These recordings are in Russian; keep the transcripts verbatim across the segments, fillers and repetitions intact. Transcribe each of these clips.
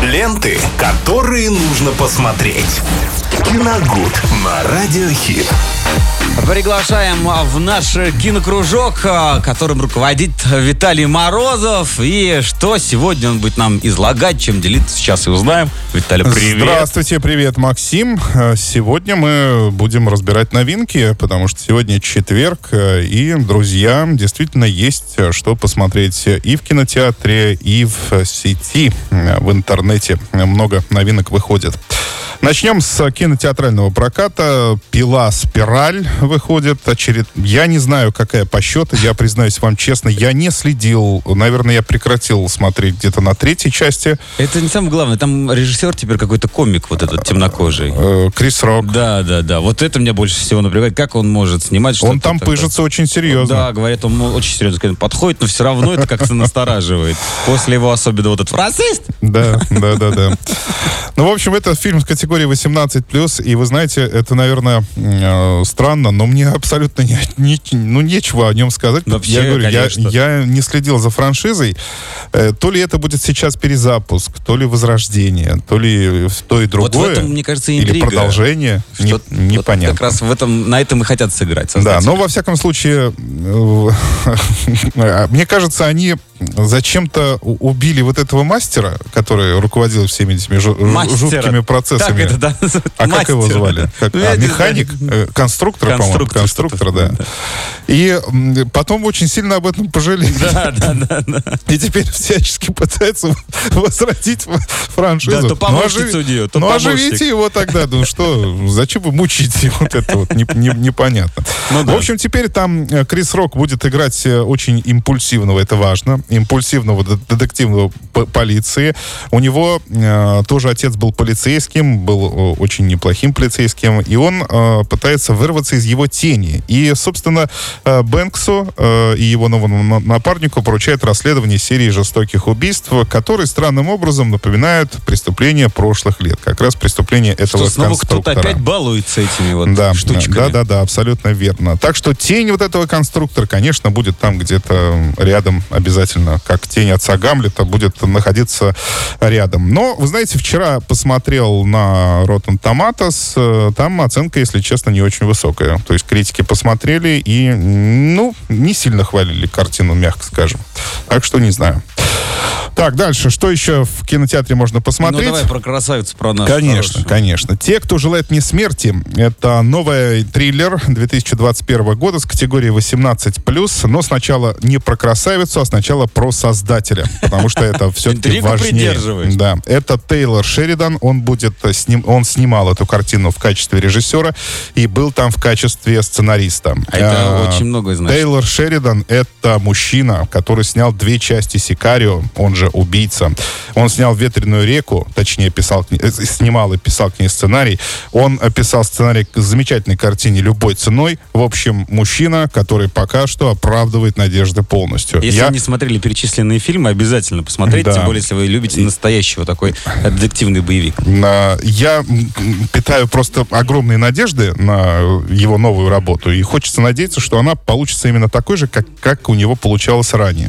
Ленты, которые нужно посмотреть. Киногуд на Радиохит. Приглашаем в наш кинокружок, которым руководит Виталий Морозов. И что сегодня он будет нам излагать, чем делиться, сейчас и узнаем. Виталий, привет. Здравствуйте, привет, Максим. Сегодня мы будем разбирать новинки, потому что сегодня четверг, и, друзья, действительно есть что посмотреть и в кинотеатре, и в сети, в интернете. Много новинок выходит. Начнем с кинотеатрального проката. «Пила. Спираль» выходит. Очеред... Я не знаю, какая по счету. Я признаюсь вам честно, я не следил. Наверное, я прекратил смотреть где-то на третьей части. Это не самое главное. Там режиссер теперь какой-то комик, вот этот темнокожий. Крис Рок. Да, да, да. Вот это меня больше всего напрягает. Как он может снимать что-то? Он там такое? пыжится очень серьезно. Да, говорят, он очень серьезно подходит, но все равно это как-то настораживает. После его особенно вот этот расист. Да, да, да, да. Ну, в общем, это фильм с категории восемнадцать плюс, и вы знаете, это, наверное, э, странно, но мне абсолютно не, не, ну, нечего о нем сказать. Вообще, я говорю, я, конечно. я не следил за франшизой. Э, то ли это будет сейчас перезапуск, то ли возрождение, то ли то и другое. Вот в этом, мне кажется, интрига. Или продолжение. Не, Что, непонятно. Вот как раз в этом, на этом и хотят сыграть создатели. Да, но во всяком случае, мне кажется, они зачем-то убили вот этого мастера, который руководил всеми этими жуткими процессами. Как это, да? А Мастер, как его звали? Как, а, механик? Конструктор, по-моему. Конструктор, да. да. И потом очень сильно об этом пожалели. Да, да, да, да. И теперь всячески пытаются возродить франшизу. Да, то помощницу у нее, то Ну, помощник. оживите его тогда. Ну что, зачем вы мучите? Вот это вот не, не, непонятно. Ну, да. В общем, теперь там Крис Рок будет играть очень импульсивного, это важно, импульсивного детективного полиции. У него э, тоже отец был полицейским, был очень неплохим полицейским, и он э, пытается вырваться из его тени. И, собственно, э, Бэнксу э, и его новому напарнику поручают расследование серии жестоких убийств, которые странным образом напоминают преступления прошлых лет. Как раз преступления этого что снова конструктора. Кто-то опять балуется этими вот да, штучками. Да, да, да, абсолютно верно. Так что тень вот этого конструктора, конечно, будет там где-то рядом обязательно, как тень отца Гамлета, будет находиться рядом. Но, вы знаете, вчера посмотрел на Rotten Tomatoes, там оценка, если честно, не очень высокая. То есть критики посмотрели и, ну, не сильно хвалили картину, мягко скажем. Так что не знаю. Так, дальше. Что еще в кинотеатре можно посмотреть? Ну, давай про красавицу, про нашу. Конечно, хорошую. конечно. «Те, кто желает мне смерти» — это новый триллер две тысячи двадцать первого года с категории восемнадцать плюс, но сначала не про красавицу, а сначала про создателя, потому что это все-таки важнее. Да, это Тейлор Шеридан, он будет сним, он снимал эту картину в качестве режиссера и был там в качестве сценариста. А это а, очень многое значит. Тейлор Шеридан — это мужчина, который снял две части «Сикарио», он же «Убийца». Он снял «Ветреную реку», точнее, писал, снимал и писал к ней сценарий. Он писал сценарий к замечательной картине «Любой ценой». В общем, мужчина, который пока что оправдывает надежды полностью. Если Я... вы не смотрели перечисленные фильмы, обязательно посмотрите, да. Тем более, если вы любите настоящего такой детективный боевик. Я питаю просто огромные надежды на его новую работу, и хочется надеяться, что она получится именно такой же, как, как у него получалось ранее.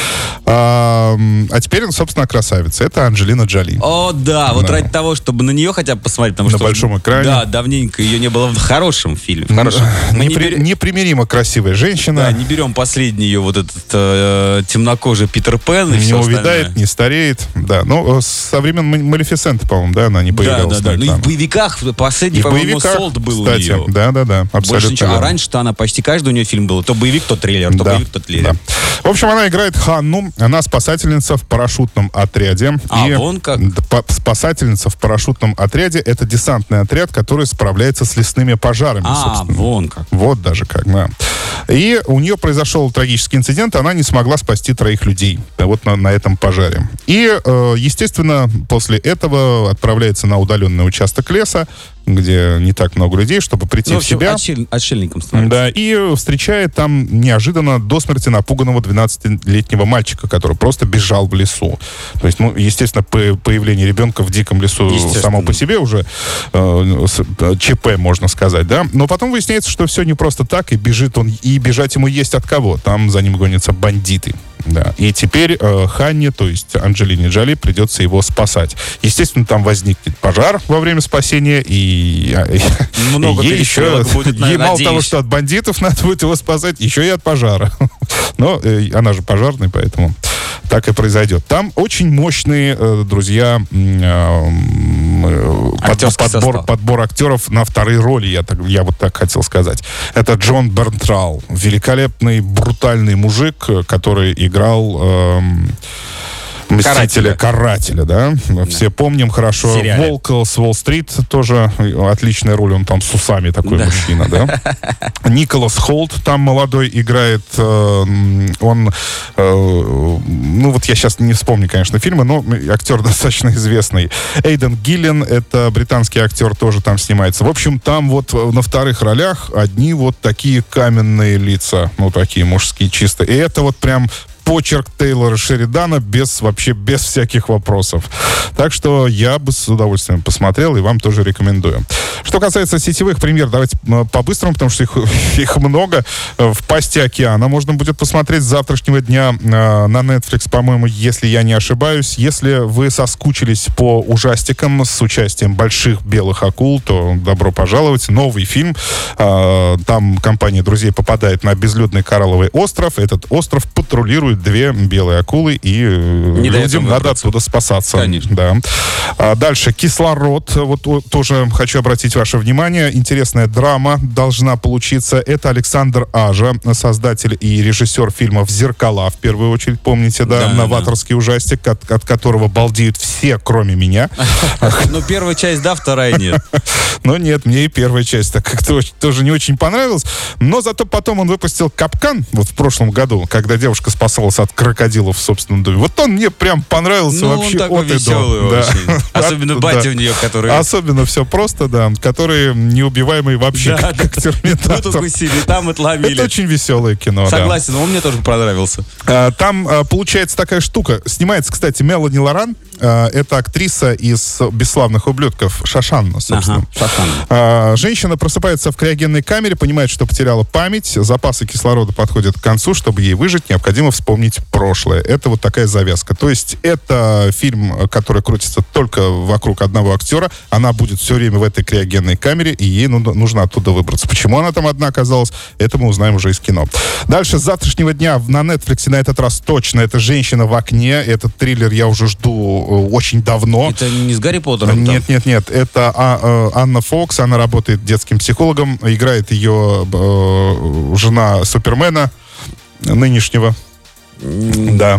А, а теперь, собственно, красавица. Это Анджелина Джоли. О, да, вот да. Ради того, чтобы на нее хотя бы посмотреть. Потому на что, большом экране. Да, давненько ее не было в хорошем фильме. В хорошем. Мы Непри... не бер... Непримиримо красивая женщина. Да, не берем последний ее вот этот э, темнокожий Питер Пен и не все увядает, остальное. Не стареет. Да, ну, со времен Малефисенты, по-моему, да, она не появлялась. Да, да, да. Ну и в боевиках, последний, по-моему, Солт был кстати, у нее. Да, да, да, абсолютно. Ничего. А раньше-то она почти каждый у нее фильм был. То боевик, то триллер, то да, боевик, то триллер. Да. В общем, она играет Ханну. Она спасательница в парашютном отряде. А, и вон как? Спасательница в парашютном отряде — это десантный отряд, который справляется с лесными пожарами. А, собственно. вон как. Вот даже как, да. И у нее произошел трагический инцидент, она не смогла спасти троих людей вот на, на этом пожаре. И, э, естественно, после этого отправляется на удаленный участок леса, где не так много людей, чтобы прийти ну, в себя. Отшель... Отшельником становится. Да, и встречает там неожиданно до смерти напуганного двенадцатилетнего мальчика, который просто бежал в лесу. То есть, ну, естественно, по- появление ребенка в диком лесу само по себе уже э, ЧП, можно сказать, да. Но потом выясняется, что все не просто так, и бежит он, и бежать ему есть от кого. Там за ним гонятся бандиты. Да. И теперь э, Ханне, то есть Анджелине Джоли, придется его спасать. Естественно, там возникнет пожар во время спасения, и, Много и ей еще, будет, ей мало того, что от бандитов надо будет его спасать, еще и от пожара. Но э, она же пожарный, поэтому так и произойдет. Там очень мощные, э, друзья, э, под, подбор, подбор актеров на вторые роли, я, так, я вот так хотел сказать. Это Джон Бернтрау, великолепный, брутальный мужик, который играл... Э, Мстителя, карателя, да? да. Все помним хорошо. Сериале. Волк с Уолл-стрит тоже отличная роль. Он там с усами такой да. мужчина, да? Николас Холт там молодой играет. Он, ну вот я сейчас не вспомню, конечно, фильмы, но актер достаточно известный. Эйден Гиллен, это британский актер, тоже там снимается. В общем, там вот на вторых ролях одни вот такие каменные лица, ну такие мужские чисто. И это вот прям почерк Тейлора Шеридана без, вообще без всяких вопросов. Так что я бы с удовольствием посмотрел и вам тоже рекомендую. Что касается сетевых премьер, давайте по-быстрому, потому что их, их много. «В пасти океана» можно будет посмотреть с завтрашнего дня на Netflix, по-моему, если я не ошибаюсь. Если вы соскучились по ужастикам с участием больших белых акул, то добро пожаловать. Новый фильм. Там компания друзей попадает на безлюдный коралловый остров. Этот остров патрулирует две белые акулы, и не людям надо оттуда спасаться. Конечно. Да. А дальше «Кислород». Вот, вот тоже хочу обратить ваше внимание. Интересная драма должна получиться. Это Александр Ажа, создатель и режиссер фильмов «Зеркала», в первую очередь, помните, да, да новаторский да. ужастик, от, от которого балдеют все, кроме меня. Ну, первая часть, да, вторая нет. Но нет, мне и первая часть так как-то тоже не очень понравилась. Но зато потом он выпустил «Капкан», вот в прошлом году, когда девушка спасалась от крокодилов в собственном доме. Вот он мне прям понравился ну, вообще он от и до. Да. Особенно батя да. у нее, который... Особенно все просто, да. Который неубиваемый вообще, да, как, как терминатор. Мы тут гусили, там отломили. Это очень веселое кино. Согласен, да. он мне тоже понравился. А, там а, получается такая штука. Снимается, кстати, Мелани Лоран. А, это актриса из «Бесславных ублюдков». Шошанна, собственно. Ага, Шошанна. А, женщина просыпается в криогенной камере, понимает, что потеряла память. Запасы кислорода подходят к концу. Чтобы ей выжить, необходимо вспомнить прошлое. Это вот такая завязка. То есть это фильм, который крутится только вокруг одного актера. Она будет все время в этой криогенной камере, и ей нужно оттуда выбраться. Почему она там одна оказалась, это мы узнаем уже из кино. Дальше, с завтрашнего дня на Netflix на этот раз точно это «Женщина в окне». Этот триллер я уже жду очень давно. Это не с Гарри Поттером? Нет, нет, нет. Это а, а, Анна Фокс. Она работает детским психологом. Играет ее э, жена Супермена нынешнего. Да.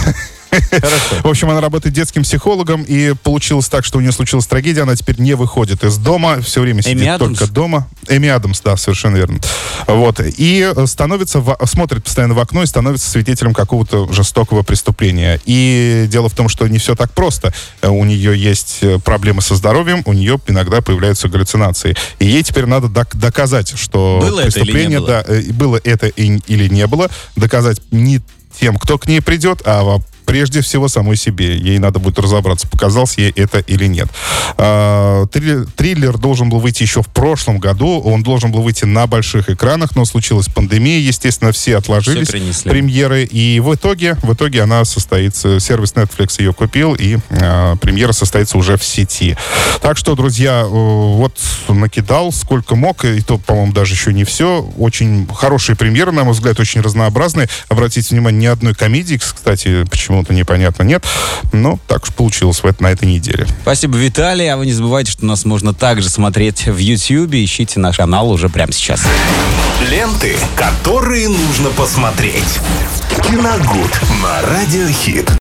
Хорошо. В общем, она работает детским психологом, и получилось так, что у нее случилась трагедия, она теперь не выходит из дома, все время сидит Эми только Адамс? дома. Эми Адамс, да, совершенно верно. Вот. И становится, в, смотрит постоянно в окно и становится свидетелем какого-то жестокого преступления. И дело в том, что не все так просто. У нее есть проблемы со здоровьем, у нее иногда появляются галлюцинации. И ей теперь надо док- доказать, что было преступление, это или не было? да, было это и, или не было, доказать не тем, кто к ней придет, а прежде всего самой себе. Ей надо будет разобраться, показался ей это или нет. А, триллер, триллер должен был выйти еще в прошлом году. Он должен был выйти на больших экранах, но случилась пандемия. Естественно, все отложились все премьеры. И в итоге, в итоге она состоится. Сервис Netflix ее купил, и а, премьера состоится уже в сети. Так что, друзья, вот накидал сколько мог. И то, по-моему, даже еще не все. Очень хорошие премьеры, на мой взгляд, очень разнообразные. Обратите внимание, ни одной комедии, кстати, почему то непонятно нет, но так уж получилось в это, на этой неделе. Спасибо, Виталий, а вы не забывайте, что нас можно также смотреть в Ютьюбе, ищите наш канал уже прямо сейчас. Ленты, которые нужно посмотреть. Киногуд на Радио Хит.